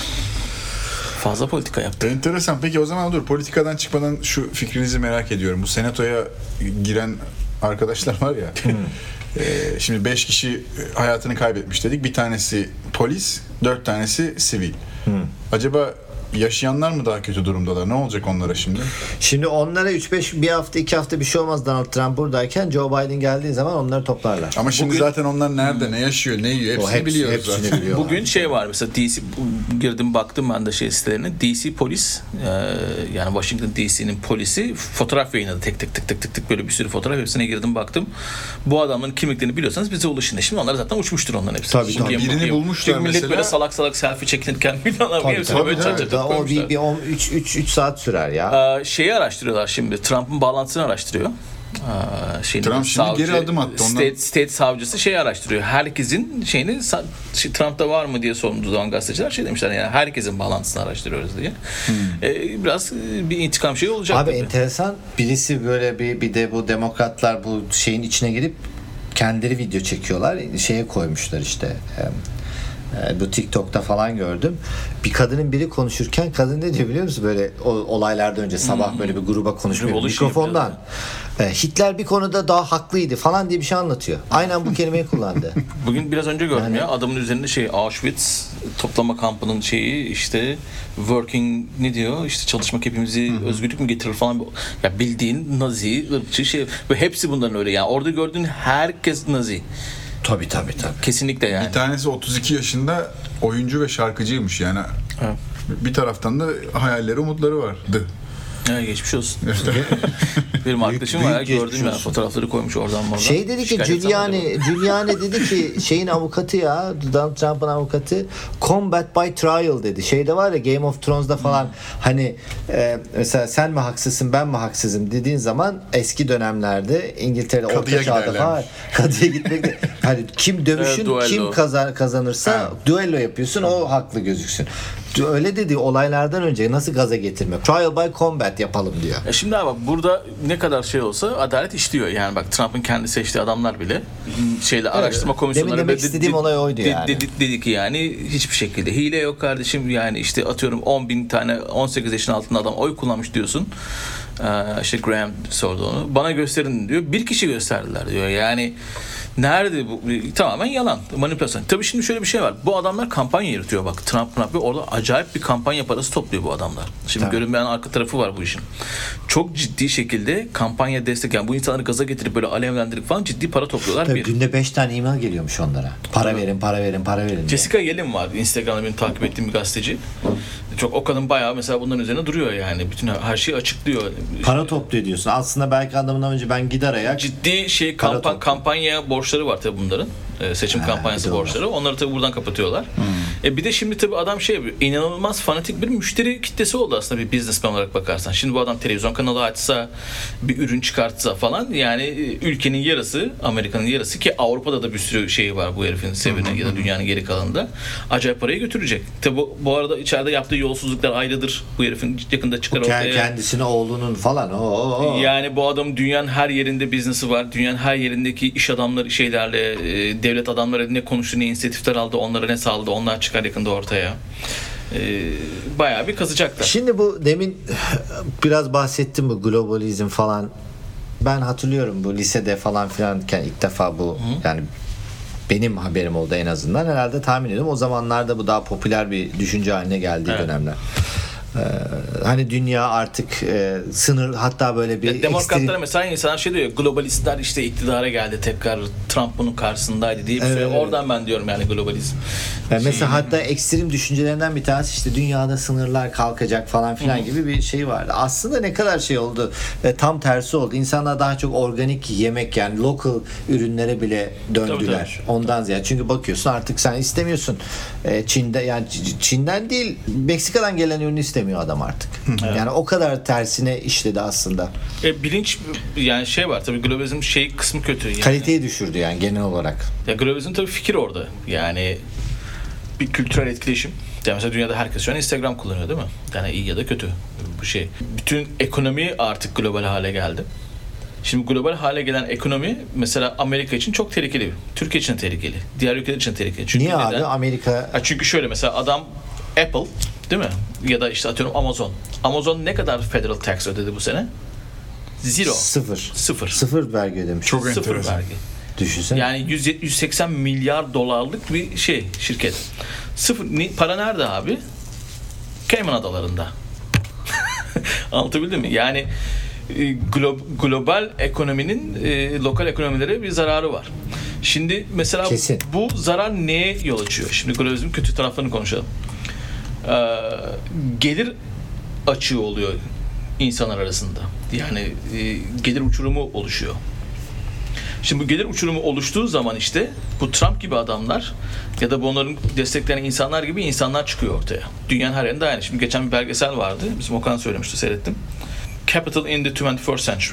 Fazla politika yaptı. Enteresan. Peki o zaman dur politikadan çıkmadan şu fikrinizi merak ediyorum. Bu senatoya giren arkadaşlar var ya. e, şimdi beş kişi hayatını kaybetmiş dedik. Bir tanesi polis, dört tanesi sivil. Acaba yaşayanlar mı daha kötü durumdalar? Ne olacak onlara şimdi? Şimdi onlara üç beş bir hafta iki hafta bir şey olmaz Donald Trump buradayken Joe Biden geldiği zaman onları toplarlar. Ama şimdi Bugün- zaten onlar nerede, ne yaşıyor, ne yiyor hepsini O hepsi- biliyoruz hepsini zaten. biliyorlar. Bugün şey var mesela D C girdim baktım ben de şey sitelerine D C polis e, yani Washington D C'nin polisi fotoğraf yayınladı tek tek tek tek tek tek böyle bir sürü fotoğraf hepsine girdim baktım. Bu adamların kimliklerini biliyorsanız bize ulaşın. Şimdi onlar zaten uçmuştur onların hepsi. Tabii, Şimdi tabii. yem- Birini yem- bulmuşlar Çünkü millet mesela. böyle salak salak selfie çekinirken milyonlar Tabii, hepsine tabii, böyle tabii. çat çat Daha o koymuşlar. bir, bir üç üç saat sürer ya. Ee, şeyi araştırıyorlar şimdi. Trump'ın bağlantısını araştırıyor. Aa, şeyini, Trump şimdi geri adım attı. Ondan... State, state savcısı şeyi araştırıyor. Herkesin şeyini sa- şey, Trump'ta var mı diye sorulduğu zaman gazeteciler şey demişler yani herkesin bağlantısını araştırıyoruz diye. Hmm. Ee, biraz bir intikam şeyi olacak. Abi tabii. enteresan birisi böyle bir bir de bu demokratlar bu şeyin içine girip kendileri video çekiyorlar. Şeye koymuşlar işte. Bu TikTok'ta falan gördüm. Bir kadının biri konuşurken kadın ne diyor biliyor musun? Böyle o, olaylardan önce sabah hmm. böyle bir gruba konuşmuyor. Mikrofondan. Hitler bir konuda daha haklıydı falan diye bir şey anlatıyor. Aynen bu kelimeyi kullandı. Bugün biraz önce gördüm yani, ya adamın üzerinde şey Auschwitz toplama kampının şeyi işte working ne diyor işte çalışmak hepimizi Hı-hı. özgürlük mü getirir falan. Ya bildiğin Nazi ırkçı şey ve hepsi bunların öyle yani orada gördüğün herkes Nazi. Tabii tabii tabii. Kesinlikle yani. Bir tanesi otuz iki yaşında oyuncu ve şarkıcıymış yani. Evet. Bir taraftan da hayalleri, umutları vardı. Evet, geçmiş olsun. Benim arkadaşım var ya gördüm yani fotoğrafları koymuş oradan oradan. Şey dedi ki Giuliani, Giuliani dedi ki şeyin avukatı ya Donald Trump'ın avukatı combat by trial dedi. Şeyde var ya Game of Thrones'da falan hmm. hani e, mesela sen mi haksızsın ben mi haksızım dediğin zaman eski dönemlerde İngiltere'de Orta Çağ'da falan kadıya gitmek de, hani kim dövüşün evet, kim kazan, kazanırsa ha. Duello yapıyorsun o haklı gözüksün. Öyle dedi olaylardan önce nasıl gaza getirmek? Trial by combat yapalım diyor. E şimdi abi bak burada ne kadar şey olsa adalet işliyor. Yani bak Trump'ın kendi seçtiği adamlar bile şeyle evet, araştırma komisyonları demin demek de, istediğim de, olay oydu de, yani. Dedi, dedi ki yani hiçbir şekilde hile yok kardeşim yani işte atıyorum on bin tane on sekiz yaşın altında adam oy kullanmış diyorsun. Ee, işte Graham sordu onu. Bana gösterin diyor. Bir kişi gösterdiler diyor. Yani nerede bu? Tamamen yalan. Manipülasyon. Tabii şimdi şöyle bir şey var. Bu adamlar kampanya yürütüyor bak. Trump Trump orada acayip bir kampanya parası topluyor bu adamlar. Şimdi tamam. Görünmeyen arka tarafı var bu işin. Çok ciddi şekilde kampanya destek yani bu insanları gaza getirip böyle alevlendirip falan ciddi para topluyorlar. Tabii bir. Günde beş tane email geliyormuş onlara. Para Tabii. verin, para verin, para verin. Jessica Yellen var. Instagram'da benim takip ettiğim bir gazeteci. Çok o kadın bayağı mesela bunların üzerine duruyor yani. Bütün her şeyi açıklıyor. Para topluyor diyorsun. Aslında belki adamdan önce ben gider ayak. Ciddi şey kampa- kampanya borçları var tabii bunların. Seçim ha, kampanyası borçları. Onları tabii buradan kapatıyorlar. Hmm. E bir de şimdi tabii adam şey yapıyor. İnanılmaz fanatik bir müşteri kitlesi oldu aslında bir businessman olarak bakarsan. Şimdi bu adam televizyon kanalı açsa, bir ürün çıkartsa falan yani ülkenin yarısı, Amerika'nın yarısı ki Avrupa'da da bir sürü şeyi var bu herifin sevine hmm. ya da dünyanın geri kalanında. Acayip parayı götürecek. Tabii bu, bu arada içeride yaptığı yolsuzluklar ayrıdır. Bu herifin yakında çıkar bu ortaya. Kendisine oğlunun falan. Oo, oo. Yani bu adam dünyanın her yerinde biznesi var. Dünyanın her yerindeki iş adamları şeylerle e, devlet adamları ne konuştu, ne inisiyatifler aldı, onlara ne sağladı, onlar çıkar yakında ortaya. Ee, bayağı bir kazacaklar. Şimdi bu demin biraz bahsettim bu globalizm falan. Ben hatırlıyorum bu lisede falan filanken ilk defa bu Hı. yani benim haberim oldu en azından. Herhalde tahmin ediyorum o zamanlarda bu daha popüler bir düşünce haline geldiği evet. dönemler. Ee, hani dünya artık e, sınır hatta böyle bir ya, demokratlara ekstrem... mesela insanlar şey diyor globalistler işte iktidara geldi tekrar Trump bunun karşısındaydı diye bir evet. şey. Oradan ben diyorum yani globalizm. Yani mesela şey... hatta ekstrem düşüncelerinden bir tanesi işte dünyada sınırlar kalkacak falan filan Hı-hı. gibi bir şey vardı. Aslında ne kadar şey oldu ve tam tersi oldu. İnsanlar daha çok organik yemek yani local ürünlere bile döndüler. Tabii, tabii. Ondan ziyade. Çünkü bakıyorsun artık sen istemiyorsun. Çin'de yani Çin'den değil Meksika'dan gelen ürünü istemiyorsun adam artık. Evet. Yani o kadar tersine işledi aslında. E, bilinç yani şey var tabii globalizm şey kısmı kötü. Yani. Kaliteyi düşürdü yani genel olarak. Ya globalizm tabii fikir orada. Yani bir kültürel etkileşim. Yani mesela dünyada herkes şu an Instagram kullanıyor değil mi? Yani iyi ya da kötü bu şey. Bütün ekonomi artık global hale geldi. Şimdi global hale gelen ekonomi mesela Amerika için çok tehlikeli. Türkiye için tehlikeli. Diğer ülkeler için tehlikeli. Çünkü niye neden? abi Amerika? Çünkü şöyle mesela adam Apple değil mi? Ya da işte atıyorum Amazon. Amazon ne kadar federal tax ödedi bu sene? Zero. Sıfır. Sıfır. Sıfır vergi ödemiş. Çok Sıfır enteresan. Vergi. Düşünsene. Yani yüz yetmiş yüz seksen milyar dolarlık bir şey şirket. Sıfır. Para nerede abi? Cayman Adaları'nda. Anlatabildim mi? Yani glo- global ekonominin e, lokal ekonomilere bir zararı var. Şimdi mesela Kesin. bu zarar neye yol açıyor? Şimdi globalizmin kötü taraflarını konuşalım. Ee, gelir açığı oluyor insanlar arasında. Yani e, gelir uçurumu oluşuyor. Şimdi bu gelir uçurumu oluştuğu zaman işte bu Trump gibi adamlar ya da bunların destekleyen insanlar gibi insanlar çıkıyor ortaya. Dünyanın her yerinde aynı. Şimdi geçen bir belgesel vardı. Bizim Okan söylemişti, seyrettim. Capital in the twenty-first century.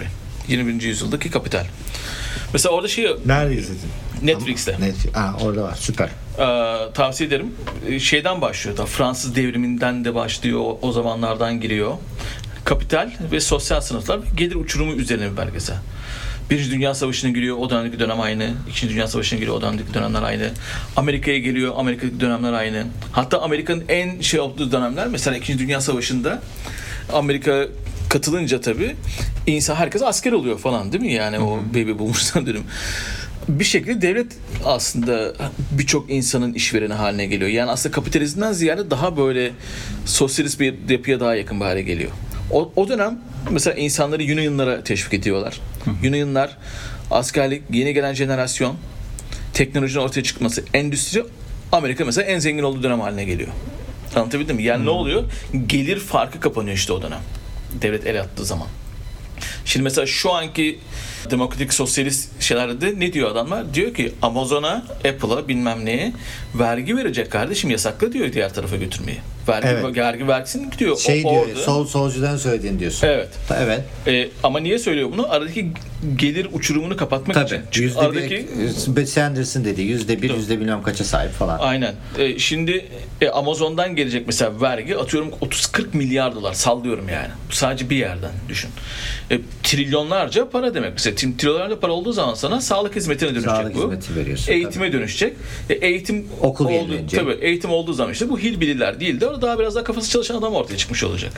yirmi birinci yüzyıldaki Kapital. Mesela orada şey Nerede izledin? Netflix'te. Netflix. Aa, orada var. Süper. Ee, tavsiye ederim. Ee, Şeyden başlıyor da Fransız devriminden de başlıyor. O, o zamanlardan giriyor. Kapital ve sosyal sınıflar ve gelir uçurumu üzerine bir belgesel. Birinci Dünya Savaşı'na giriyor, o dönemdeki dönem aynı. İkinci Dünya Savaşı'na giriyor, o dönemdeki dönemler aynı. Amerika'ya geliyor, Amerika'daki dönemler aynı. Hatta Amerika'nın en şey olduğu dönemler, mesela İkinci Dünya Savaşı'nda Amerika katılınca tabii insan, herkes asker oluyor falan değil mi? Yani o baby boomers'tan dönüm. Bir şekilde devlet aslında birçok insanın işvereni haline geliyor. Yani aslında kapitalizmden ziyade daha böyle sosyalist bir yapıya daha yakın bir hale geliyor. O, o dönem mesela insanları Union'lara teşvik ediyorlar. Union'lar, askerlik, yeni gelen jenerasyon, teknolojinin ortaya çıkması, endüstri, Amerika mesela en zengin olduğu dönem haline geliyor. Anlatabildim mi? Yani hmm. ne oluyor? Gelir farkı kapanıyor işte o dönem. Devlet el attığı zaman. Şimdi mesela şu anki demokratik sosyalist şeylerde ne diyor adamlar? Diyor ki Amazon'a, Apple'a, bilmem neye vergi verecek kardeşim, yasakla diyor diğer tarafa götürmeyi. Vergi, evet. vergi versin diyor. Şey o, diyor, orada, sol solcudan söylediğini diyorsun. Evet. Evet. Ee, ama niye söylüyor bunu? Aradaki gelir uçurumunu kapatmak Tabii. için. Çünkü yüzde aradaki bir, Sanders'ın dediği yüzde bir, yüzde bilmem kaça sahip falan. Aynen. Ee, şimdi e, Amazon'dan gelecek mesela vergi, atıyorum otuz kırk milyar dolar, sallıyorum yani. Sadece bir yerden düşün. E, trilyonlarca para demek. Mesela trilyonlarca para olduğu zaman sana sağlık hizmetine dönüşecek sağlık bu. hizmeti veriyorsun. Eğitime tabii. dönüşecek. E, eğitim okul oldu, tabii eğitim olduğu zaman işte bu hillbilly'ler değil de orada daha biraz daha kafası çalışan adam ortaya çıkmış olacak.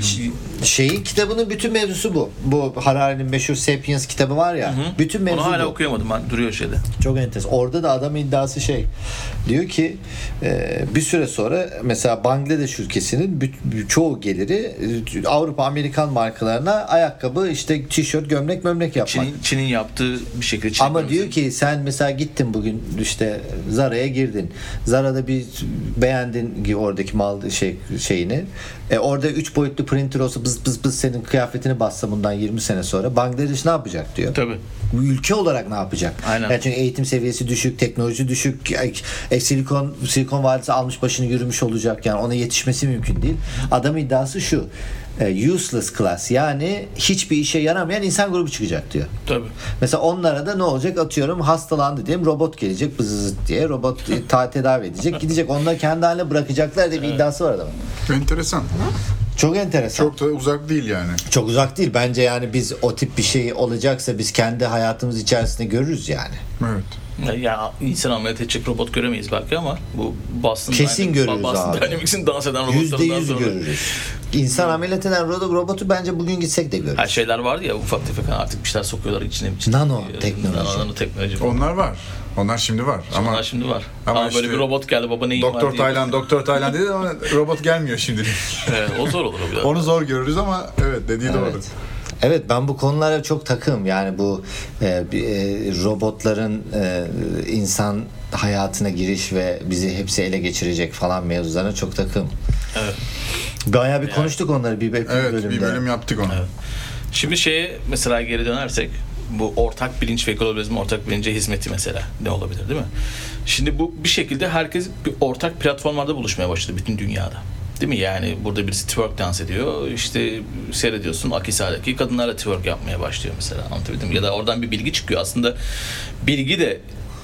Şeyin kitabının bütün mevzusu bu. Bu Harari'nin meşhur Sapiens kitabı var ya. Hı hı. Bütün mevzu onu hala bu. okuyamadım ben. Duruyor şeyde. Çok enteresan. Orada da adam iddiası şey. Diyor ki e, bir süre sonra mesela Bangladeş ülkesinin b- çoğu geliri e, Avrupa Amerikan markalarına ayakkabı, işte tişört, gömlek, mömlek yapmak. Çin'in, Çin'in yaptığı bir şekilde. Çin Ama diyor ki sen mesela gittin bugün işte Zara'ya girdin. Zara'da bir beğendin oradaki mal şey şeyini. E, orada üç boyutlu printer olsa bız bız bız senin kıyafetini bassa bundan yirmi sene sonra Bangladeş ne yapacak diyor. Tabii. Bu ülke olarak ne yapacak? Aynen. Yani çünkü eğitim seviyesi düşük, teknoloji düşük. E, Silikon Silikon Vadisi almış başını yürümüş olacak, yani ona yetişmesi mümkün değil. Adam iddiası şu. Useless class, yani hiçbir işe yaramayan insan grubu çıkacak diyor. Tabii. Mesela onlara da ne olacak? Atıyorum hastalandı diyelim, robot gelecek bızızıt diye, robot ta tedavi edecek, gidecek, onları kendi haline bırakacaklar diye bir evet. iddiası var adamın. Enteresan. Çok enteresan. Çok da uzak değil yani. Çok uzak değil. Bence yani biz o tip bir şey olacaksa biz kendi hayatımız içerisinde görürüz yani. Evet. Ya insan ameliyat edecek robot göremeyiz belki ama bu Boston kesin Dynamics, görürüz Boston abi. Dynamics'in dans eden robotlarından yüzde yüz sonra. görürüz. İnsan ameliyat eden robotu bence bugün gitsek de görürüz. Her şeyler vardı ya, ufak tefek artık bir şeyler sokuyorlar içine. içine. Nano teknoloji. Nano, nano teknoloji. Onlar var. Onlar şimdi var. Ama Onlar şimdi var. Ama, ama işte böyle bir robot geldi, baba neyin Doktor var diye. Taylan, Doktor Taylan dedi ama robot gelmiyor şimdi. Evet, o zor olur o biraz. Onu zor görürüz ama evet dediği evet. doğru. Evet, ben bu konulara çok takığım. Yani bu e, e, robotların e, insan hayatına giriş ve bizi hepsi ele geçirecek falan mevzularına çok takığım. Evet. Bayağı bir yani, konuştuk onları bir, bir evet, bölümde. bir bölüm yaptık onu. Evet. Şimdi şeye mesela geri dönersek, bu ortak bilinç ve globalizm ortak bilince hizmeti mesela ne olabilir değil mi? Şimdi bu bir şekilde herkes bir ortak platformlarda buluşmaya başladı bütün dünyada. Değil mi? Yani burada birisi twerk dans ediyor. İşte seyrediyorsun Akhisar'daki kadınlarla twerk yapmaya başlıyor mesela. Anlatabildim mi? Ya da oradan bir bilgi çıkıyor. Aslında bilgi de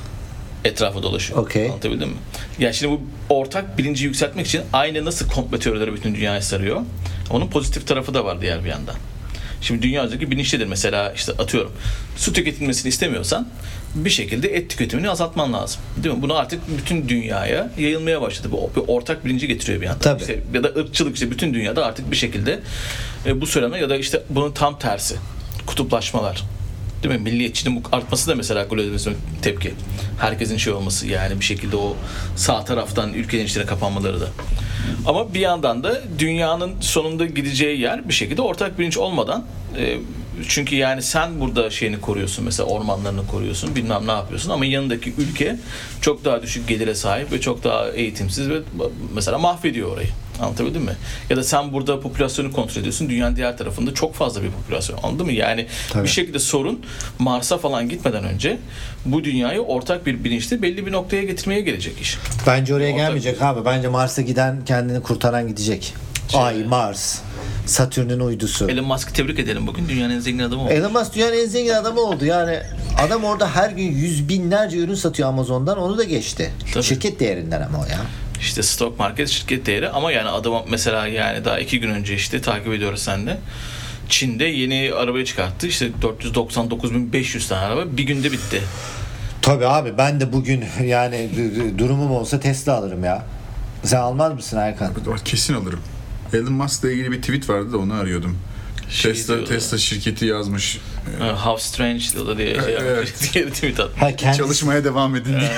etrafa dolaşıyor. Okay. Anlatabildim mi? Yani şimdi bu ortak bilinci yükseltmek için aynı nasıl komplo teorileri bütün dünyayı sarıyor. Onun pozitif tarafı da var diğer bir yandan. Şimdi dünya üzerindeki bilinçlidir. Mesela işte atıyorum su tüketilmesini istemiyorsan bir şekilde et tüketimini azaltman lazım. Değil mi? Bunu artık bütün dünyaya yayılmaya başladı. Bu bir ortak bilinci getiriyor bir yandan. Tabii. İşte, ya da ırkçılık, işte bütün dünyada artık bir şekilde e, bu söyleme ya da işte bunun tam tersi. Kutuplaşmalar. Değil mi? Milliyetçiliğin bu artması da mesela globalizme tepki. Herkesin şey olması, yani bir şekilde o sağ taraftan ülkenin içine kapanmaları da. Ama bir yandan da dünyanın sonunda gideceği yer bir şekilde ortak bilinç olmadan, e, çünkü yani sen burada şeyini koruyorsun, mesela ormanlarını koruyorsun, bilmem ne yapıyorsun ama yanındaki ülke çok daha düşük gelire sahip ve çok daha eğitimsiz ve mesela mahvediyor orayı. Anlatabildim mi? Ya da sen burada popülasyonu kontrol ediyorsun. Dünyanın diğer tarafında çok fazla bir popülasyon. Anladın mı? Yani tabii. Bir şekilde sorun Mars'a falan gitmeden önce bu dünyayı ortak bir bilinçle belli bir noktaya getirmeye gelecek iş. Bence oraya ortak gelmeyecek abi. Bence Mars'a giden kendini kurtaran gidecek. Şey, Ay, Mars. Satürn'ün uydusu. Elon Musk'ı tebrik edelim bugün. Dünyanın en zengin adamı oldu. Elon Musk dünyanın en zengin adamı oldu. Yani adam orada her gün yüz binlerce ürün satıyor Amazon'dan. Onu da geçti. Tabii. Şirket değerinden ama o ya. İşte stock market şirket değeri ama yani adam mesela yani daha iki gün önce işte takip ediyoruz seninle. Çin'de yeni arabayı çıkarttı. İşte dört yüz doksan dokuz bin beş yüz tane araba bir günde bitti. Tabii abi ben de bugün yani durumum olsa Tesla alırım ya. Sen almaz mısın Erkan? Kesin alırım. Elon Musk'la ilgili bir tweet vardı da onu arıyordum. Şey Tesla diyorlar. Tesla şirketi yazmış. How strange o da diye şey Evet. yapmış. Diğer tweet atmış. Ha, kendisi- Çalışmaya devam edin diye.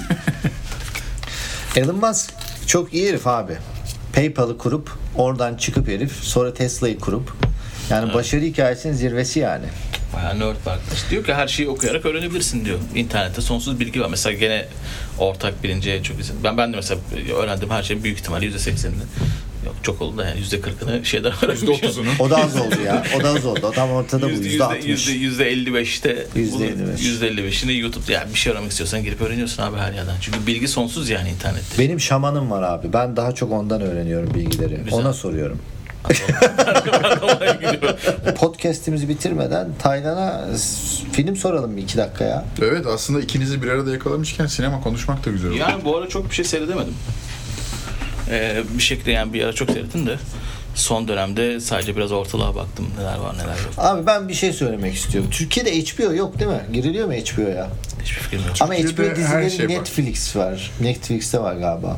Elon Musk çok iyi herif abi. PayPal'ı kurup oradan çıkıp herif sonra Tesla'yı kurup yani evet. Başarı hikayesinin zirvesi yani. Bayağı nerd var. İşte diyor ki her şeyi okuyarak öğrenebilirsin diyor. İnternette sonsuz bilgi var. Mesela gene ortak bilince çok güzel. Ben ben de mesela öğrendim her şeyin büyük ihtimalle yüzde seksenini. Yok çok oldu da yani yüzde kırkını şeyden öğrenmişim. yüzde otuzunu. O da az oldu ya. O da az oldu. Adam ortada bu yüzde altmış. Yüzde elli beşte Yüzde elli beş. Yüzde elli beşini YouTube'da yani bir şey öğrenmek istiyorsan girip öğreniyorsun abi her yerden. Çünkü bilgi sonsuz yani internette. Benim şamanım var abi. Ben daha çok ondan öğreniyorum bilgileri. Güzel. Ona soruyorum. Podcast'imizi bitirmeden Taylan'a film soralım bir iki dakika ya. Evet aslında ikinizi bir arada yakalamışken sinema konuşmak da güzel oldu. Yani bu ara çok bir şey seyredemedim. Ee, bir şekilde yani bir ara çok seyrettim de son dönemde sadece biraz ortalığa baktım neler var neler yok. Abi ben bir şey söylemek istiyorum. Türkiye'de H B O yok değil mi? Giriliyor mu H B O'ya? Hiçbir fikrim yok. Ama H B O Türkiye'de dizileri her şey var. Netflix var. Netflix'te var galiba.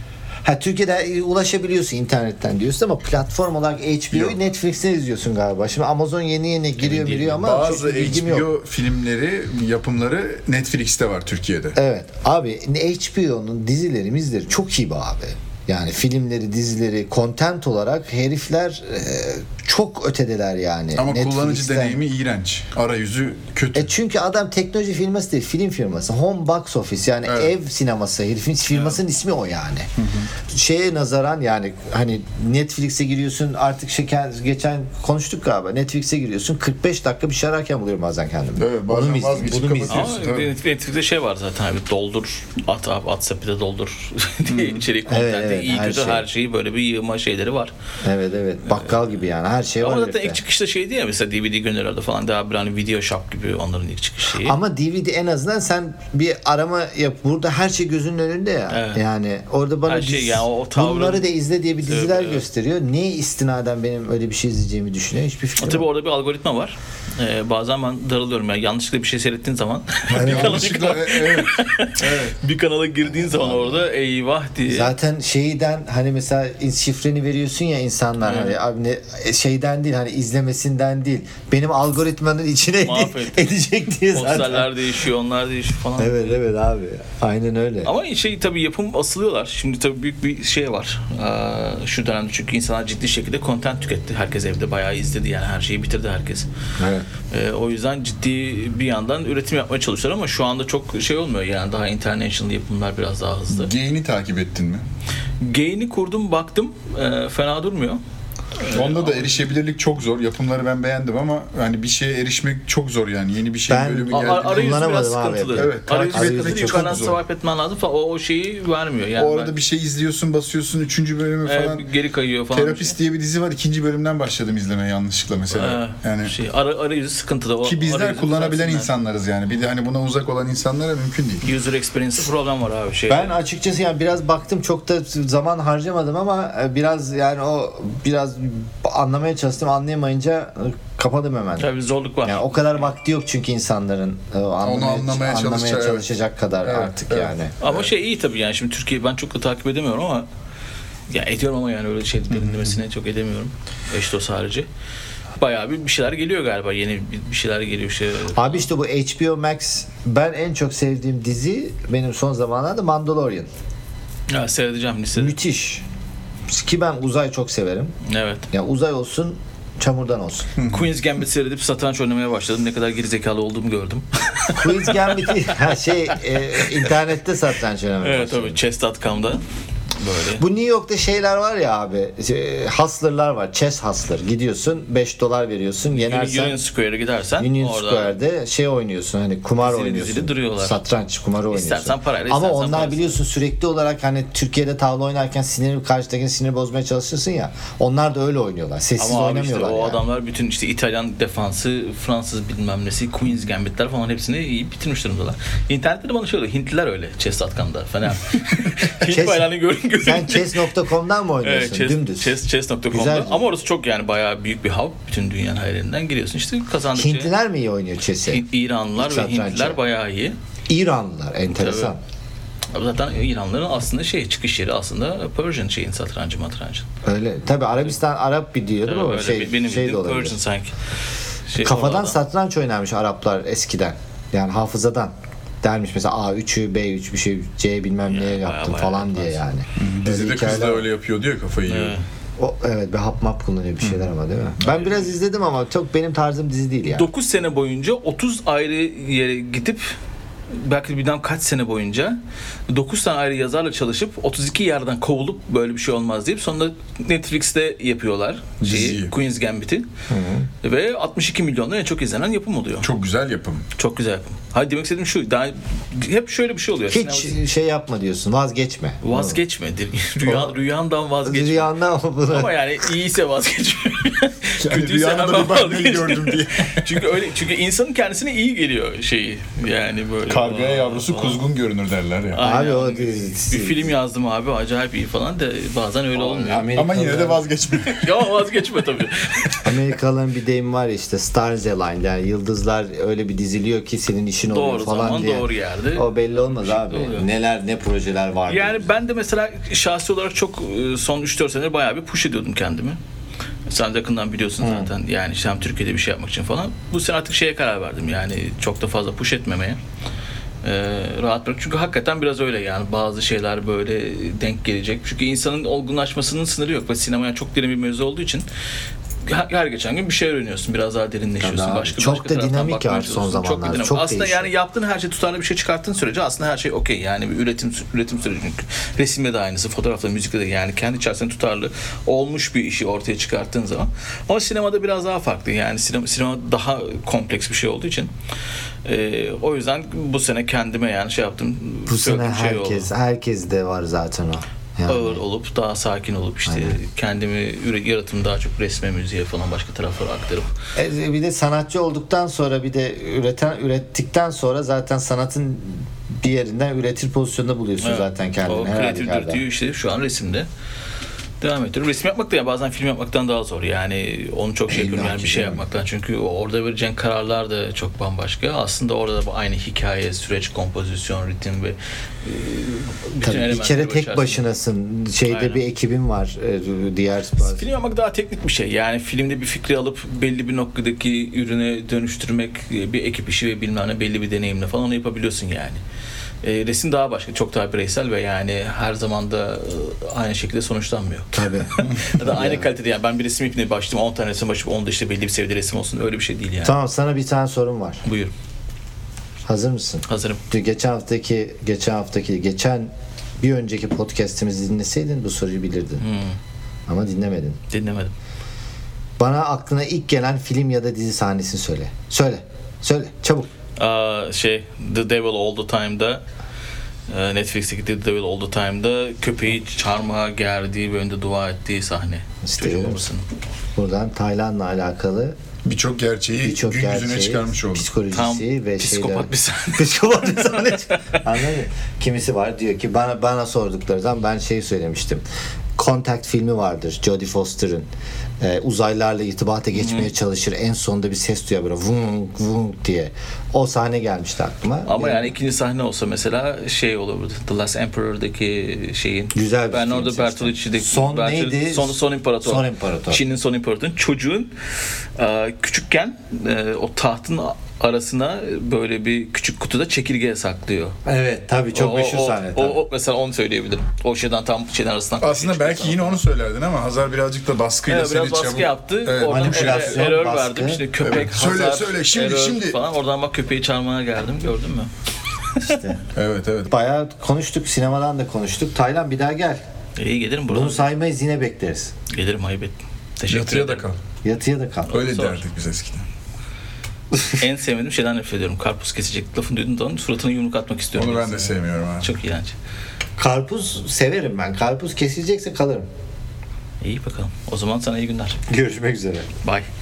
Ha Türkiye'de ulaşabiliyorsun internetten diyorsun ama platform olarak H B O'yu Yok. Netflix'te izliyorsun galiba. Şimdi Amazon yeni yeni giriyor değil. giriyor ama Bazı çok bilgim yok. H B O filmleri, yapımları Netflix'te var Türkiye'de. Evet. Abi H B O'nun dizileri mizleri çok iyi be abi. Yani filmleri, dizileri, content olarak herifler e, çok ötedeler yani. Ama kullanıcı Netflix'ten. deneyimi iğrenç. Arayüzü kötü. E çünkü adam teknoloji firması değil, film firması. Home box office yani Evet. ev sineması. Herifin firmasının ismi o yani. Şeye nazaran yani hani Netflix'e giriyorsun artık şeker geçen konuştuk galiba. Netflix'e giriyorsun kırk beş dakika bir şey ararken buluyorum bazen kendimi. Evet, bazen Bunu mu vazgeçip izleyeyim, bunu mu kapatıyorsun. izleyeyim? Ama Netflix'te şey var zaten abi doldur at abi at sepete doldur diye içerik Evet, kontenti evet, iyi her kötü şey. her şeyi böyle bir yığma şeyleri var. Evet evet bakkal gibi yani her şey var. Ama zaten herifte. ilk çıkışta şeydi ya mesela D V D gönderiyordu falan daha bir hani video shop gibi onların ilk çıkış şeyi. Ama D V D en azından sen bir arama yap. Burada her şey gözünün önünde ya. Evet. Yani orada bana Her şey diz- yani o tavrın- bunları da izle diye bir diziler Evet. gösteriyor. Neye istinaden benim öyle bir şey izleyeceğimi düşünüyor? Hiçbir fikrim Tabii yok. orada bir algoritma var. Ee, bazen ben darılıyorum yani yanlışlıkla bir şey seyrettiğin zaman Yani bir, kanala, yanlışlıkla evet. Evet. bir kanala girdiğin zaman orada eyvah diye. Zaten şeyden hani mesela şifreni veriyorsun ya insanlar Evet. hani abi ne, şeyden değil hani izlemesinden değil. Benim algoritmanın içine Mahvetti. edecek diye zaten. Posterler değişiyor, onlar değişiyor falan. Evet evet abi. Aynen öyle. Ama şey tabii yapım asılıyorlar. Şimdi tabii büyük bir şey var. Ee, şu dönemde çünkü insanlar ciddi şekilde content tüketti. Herkes evde bayağı izledi yani her şeyi bitirdi herkes. Evet. Ee, o yüzden ciddi bir yandan üretim yapmaya çalışıyorlar ama şu anda çok şey olmuyor yani daha international yapımlar biraz daha hızlı. Gain'i takip ettin mi? Gain'i kurdum baktım ee, fena durmuyor. Onda da erişebilirlik çok zor. Yapımları ben beğendim ama yani bir şeye erişmek çok zor yani. Yeni bir şey Ben- bölümü A- geldi. ar- arayüzü biraz kullanamadım abi. sıkıntılı. Evet, arayüzü takip etmek sıkıntılı. çok Yukarıdan zor. swipe etmen lazım falan. O, o şeyi vermiyor. Yani o arada ben- bir şey izliyorsun, basıyorsun üçüncü bölümü Evet, falan. geri kayıyor falan. Terapist diye bir dizi var. ikinci bölümden başladım izlemeye yanlışlıkla mesela. Ee, yani şey, ara, arayüzü sıkıntılı. O, ki bizler arayüzü kullanabilen düzelsinler. insanlarız yani. Bir de hani buna uzak olan insanlara mümkün değil. User experience'ı problem var abi. Şey. Ben açıkçası yani biraz baktım çok da zaman harcamadım ama biraz yani o biraz anlamaya çalıştım anlayamayınca kapadım hemen. Tabii zorluk var. Yani o kadar vakti yok çünkü insanların e, o anlamaya, anlamaya anlamaya çalışacak, çalışacak kadar Evet, artık evet. yani. Ama şey iyi tabii yani şimdi Türkiye'yi ben çok da takip edemiyorum ama ya ediyorum ama yani öyle şey derinlemesine çok edemiyorum. Eş dost harici. Bayağı bir, bir şeyler geliyor galiba. Yeni bir, bir şeyler geliyor işte. Abi işte bu H B O Max ben en çok sevdiğim dizi benim son zamanlarda Mandalorian. Ya seyredeceğim listede. Müthiş. Ki ben uzay çok severim. Evet. Ya uzay olsun çamurdan olsun. Queen's Gambit seyredip satranç oynamaya başladım. Ne kadar gerizekalı olduğumu gördüm. Queen's Gambit'i ha şey e, internette satranç oynamaya Evet başladım. tabii chess nokta com'da. böyle. Bu New York'ta şeyler var ya abi. Şey, hustler'lar var. Chess hustler. Gidiyorsun beş dolar veriyorsun. Yenersen Union Square'a gidersen Union orada Square'de şey oynuyorsun. Hani kumar Dizili oynuyorsun. dizili duruyorlar. Satranç kumarı oynuyorsun. İstersen parayla, Ama istersen onlar parasız. biliyorsun sürekli olarak hani Türkiye'de tavla oynarken sinir karşıdakinin sinir bozmaya çalışırsın ya. Onlar da öyle oynuyorlar. Sessiz ama abi işte oynamıyorlar o yani. adamlar bütün işte İtalyan defansı, Fransız bilmem nesi, Queen's Gambit'ler falan hepsini iyi bitirmiş durumdalar. İnternette de bana şöyle Hintliler öyle chess nokta com'da fena. Hint Chess- bayrağını görün görün. Sen chess nokta com'dan mı oynuyorsun? Evet, chess, Dümdüz. chess, chess nokta com'da. Güzel. Ama orası çok yani bayağı büyük bir hub. Bütün dünyanın her yerinden giriyorsun. İşte kazandıkça Hintliler mi iyi oynuyor chess'i? Hint- İranlılar ve Satrancı. Hintliler bayağı iyi. İranlılar enteresan. Tabii. Zaten İranlıların aslında şey çıkış yeri aslında Persian şeyin satrancı matrancı. Öyle. Tabii Arabistan Arap bir diyor değil mi? Öyle Şey, bir- benim şey de bildiğim olabilir. Persian sanki. Şey, Kafadan oradan. satranç oynarmış Araplar eskiden. Yani hafızadan. Dermiş mesela A üçü, B üç bir şey, C bilmem ne bayağı yaptım bayağı falan diye yaparsın. yani. Dizide Öyle kız da hikayeler- öyle yapıyor diyor kafayı yiyor. Evet. O, evet bir hap map kullanıyor bir şeyler ama değil mi? Ben biraz izledim ama çok benim tarzım dizi değil yani. dokuz sene boyunca otuz ayrı yere gidip belki de bilmem kaç sene boyunca dokuz tane ayrı yazarla çalışıp otuz iki yerden kovulup böyle bir şey olmaz deyip sonra Netflix'te yapıyorlar şeyi, Diziyi. Queen's Gambit'i. Ve altmış iki milyonda en çok izlenen yapım oluyor. Çok, Çok güzel yapım. güzel yapım. Hayır demek istediğim şu. Daha, hep şöyle bir şey oluyor. Hiç Sinema- şey yapma diyorsun. Vazgeçme. vazgeçmedi. Rüya, rüyandan vazgeçme. Rüyanda ama bunu. Ama yani iyiyse vazgeçme. Yani Kötüyse rüyamda hemen bir ben neyi vazgeçme. gördüm diye. çünkü öyle çünkü insanın kendisine iyi geliyor şeyi. Yani böyle. Kargaya yavrusu Falan. kuzgun görünür derler ya. Aynen. Abi o bir, dizi- bir film yazdım abi acayip iyi falan da bazen öyle olmuyor. Ama yine de vazgeçme. Ya vazgeçme tabii. Amerikalıların bir deyim var ya işte stars align yani yıldızlar öyle bir diziliyor ki senin işin oluyor Doğru falan zaman diye. doğru yerde. O belli olmaz abi. oluyor. Neler ne projeler var. Yani ben de mesela şahsi olarak çok e, son üç dört senedir bayağı bir push ediyordum kendimi. Sen de yakından biliyorsun zaten. Yani işte hem Türkiye'de bir şey yapmak için falan. Bu sene artık şeye karar verdim. Yani çok da fazla push etmemeye. Ee, rahat bırak. Çünkü hakikaten biraz öyle yani. Bazı şeyler böyle denk gelecek. Çünkü insanın olgunlaşmasının sınırı yok. Ve sinemaya çok derin bir mevzu olduğu için her, her geçen gün bir şey öğreniyorsun. Biraz daha derinleşiyorsun. Tabii abi. Başka, Çok başka da taraftan dinamik bakmaya ya son çalışıyorsun. zamanlarda. bir dinamik. Çok aslında değişiyor. yani yaptığın her şey tutarlı bir şey çıkarttığın sürece aslında her şey okey. Yani bir üretim üretim süreci çünkü. Resimde de aynısı, fotoğrafta, müzikte de yani kendi içerisinde tutarlı olmuş bir işi ortaya çıkarttığın zaman. Ama sinemada biraz daha farklı. Yani sinema, sinema daha kompleks bir şey olduğu için. Ee, o yüzden bu sene kendime yani şey yaptım. Bu sene söylediğim şey herkes oldu. herkes de var zaten o. Yani. Ağır olup daha sakin olup işte Aynen. kendimi üre- yaratım daha çok resme, müziğe falan başka taraflara aktarıp E, bir de sanatçı olduktan sonra bir de üreten ürettikten sonra zaten sanatın bir yerinden üretir pozisyonda buluyorsun Evet. zaten kendini. O her kreatif halükarda. dürtüyü işte şu an resimde devam ettiriyorum. Resim yapmak da yani bazen film yapmaktan daha zor. Yani onu çok şey yapıyorum yani bir şey değil mi? yapmaktan. Çünkü orada vereceğin kararlar da çok bambaşka. Aslında orada da aynı hikaye, süreç, kompozisyon, ritim ve e, bütün Tabii bir elementleri kere tek başarsın. başınasın. Şeyde Aynen. bir ekibin var. e, Diğer Film yapmak daha teknik bir şey. Yani filmde bir fikri alıp belli bir noktadaki ürüne dönüştürmek e, bir ekip işi ve bilmem ne belli bir deneyimle falan onu yapabiliyorsun yani. E, resim daha başka, çok daha bireysel ve yani her zaman da e, aynı şekilde sonuçlanmıyor. Tabii. Ya da aynı kalitede yani ben bir resim ipine başladım on tane resim başlayıp onda işte belli bir seviyede resim olsun öyle bir şey değil yani. Tamam sana bir tane sorum var. Buyur. Hazır mısın? Hazırım. Geçen haftaki geçen haftaki geçen bir önceki podcast'imizi dinleseydin bu soruyu bilirdin. Hmm, Ama dinlemedin. dinlemedim. Bana aklına ilk gelen film ya da dizi sahnesini söyle. Söyle. Söyle çabuk. Aa, şey The Devil All The Time'da e, Netflix'teki The Devil All The Time'da köpeği çarmıha gerdiği ve önünde dua ettiği sahne. İşte Çocuk görüyor babasının. Buradan Tayland'la alakalı Birçok gerçeği birçok gün yüzüne gerçeği, çıkarmış olduk. psikolojisi Tam ve psikopat şeyler. bir sahne. Psikopat bir sahne. Anladın mı? Kimisi var diyor ki bana bana sordukları zaman ben şey söylemiştim. Contact filmi vardır Jodie Foster'ın. Ee, uzaylılarla irtibata geçmeye çalışır. En sonunda bir ses duyar böyle vung vung diye. O sahne gelmişti aklıma. Ama Benim- yani ikinci sahne olsa mesela şey olurdu. The Last Emperor'daki şeyin. Güzel bir Ben film orada seçtin. Bertolucci'deki Son Bertol- neydi? Son, son İmparator. Son İmparator. Çin'in son İmparator'un çocuğun e, küçükken e, o tahtın arasına böyle bir küçük kutuda çekirge saklıyor. Evet tabii çok O- meşhur o, sahne. O, tabii. o, mesela onu söyleyebilirim. O şeyden tam şeyden arasından. Aslında belki yine onu söylerdin ama Hazar birazcık da baskıyla Evet, seni biraz baskı çabuk... yaptı. Evet. Oradan Manipülasyon, error baskı. verdim. İşte köpek, Evet. Söyle, Hazar, söyle. Şimdi, error şimdi. falan. Oradan bak köpeği çarmıha geldim. Gördün mü? İşte. Evet evet. Bayağı konuştuk. Sinemadan da konuştuk. Taylan bir daha gel. İyi gelirim Bunu buradan. saymayız, yine bekleriz. Gelirim, ayıp ettim. Teşekkür Yatıya da ederim. kal. Yatıya da kal. Öyle Sor. derdik biz eskiden. En sevmediğim şeyden nefret ediyorum. Karpuz kesecek lafını duydum zaman suratına yumruk atmak istiyorum. Onu ben de sevmiyorum abi. Çok iğrenç. Karpuz severim ben. Karpuz kesilecekse kalırım. İyi bakalım. O zaman sana iyi günler. Görüşmek üzere. Bye.